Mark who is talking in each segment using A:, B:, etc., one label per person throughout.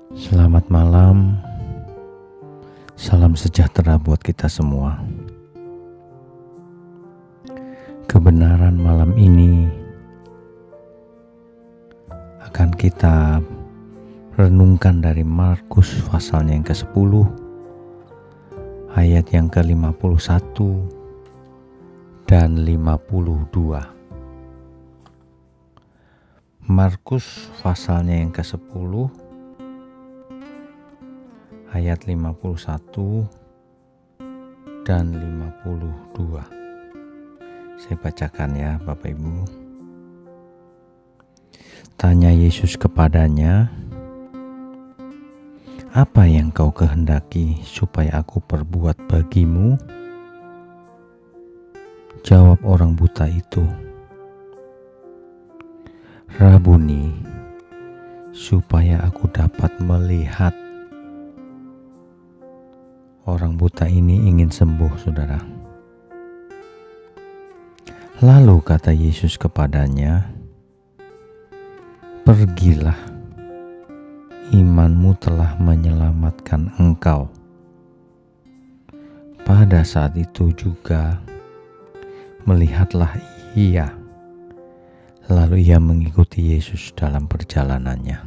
A: Selamat malam, salam sejahtera buat kita semua. Kebenaran malam ini akan kita renungkan dari Markus pasalnya yang ke-10, ayat yang ke-51 dan 52. Markus pasalnya yang ke-10 ayat 51 dan 52. Saya bacakan ya Bapak Ibu. Tanya Yesus kepadanya, "Apa yang kau kehendaki supaya aku perbuat bagimu?" Jawab orang buta itu, "Rabuni, supaya aku dapat melihat." Orang buta ini ingin sembuh, saudara. Lalu kata Yesus kepadanya, "Pergilah, imanmu telah menyelamatkan engkau." Pada saat itu juga melihatlah ia, lalu ia mengikuti Yesus dalam perjalanannya.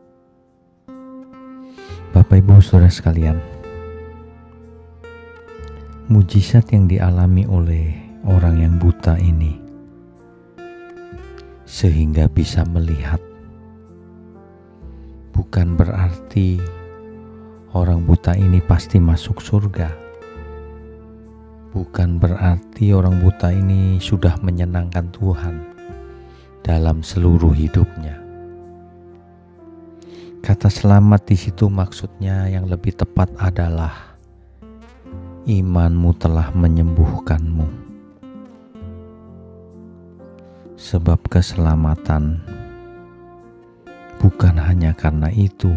A: Bapak Ibu saudara sekalian, mujizat yang dialami oleh orang yang buta ini sehingga bisa melihat bukan berarti orang buta ini pasti masuk surga. Bukan berarti orang buta ini sudah menyenangkan Tuhan dalam seluruh hidupnya. Kata selamat di situ maksudnya yang lebih tepat adalah imanmu telah menyembuhkanmu. Sebab keselamatan bukan hanya karena itu.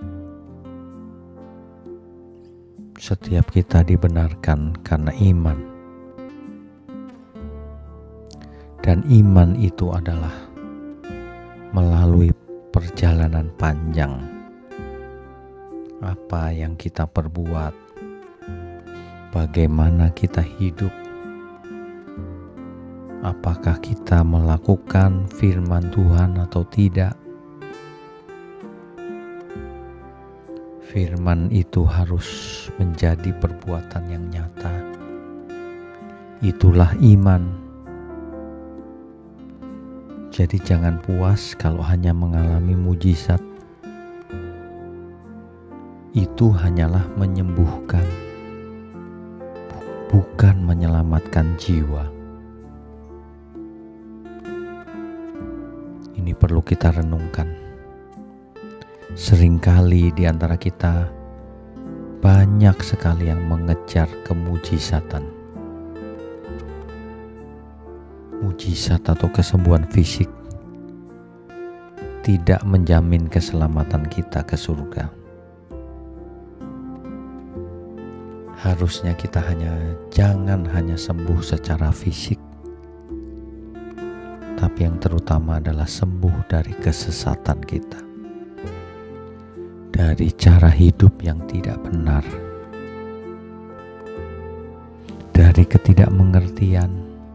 A: Setiap kita dibenarkan karena iman. Dan iman itu adalah melalui perjalanan panjang. Apa yang kita perbuat, bagaimana kita hidup, apakah kita melakukan firman Tuhan atau tidak. Firman itu harus menjadi perbuatan yang nyata. Itulah iman. Jadi jangan puas kalau hanya mengalami mujizat. Itu hanyalah menyembuhkan, bukan menyelamatkan jiwa. Ini perlu kita renungkan. Seringkali di antara kita banyak sekali yang mengejar kemujizatan. Mujizat atau kesembuhan fisik tidak menjamin keselamatan kita ke surga. Harusnya kita jangan hanya sembuh secara fisik, tapi yang terutama adalah sembuh dari kesesatan kita, dari cara hidup yang tidak benar, dari ketidakmengertian,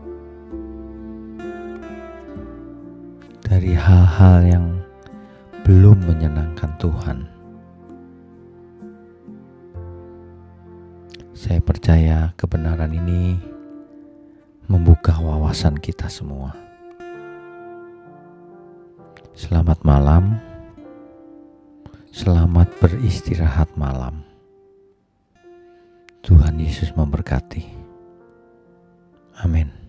A: dari hal-hal yang belum menyenangkan Tuhan. Saya percaya kebenaran ini membuka wawasan kita semua. Selamat malam, selamat beristirahat malam. Tuhan Yesus memberkati. Amin.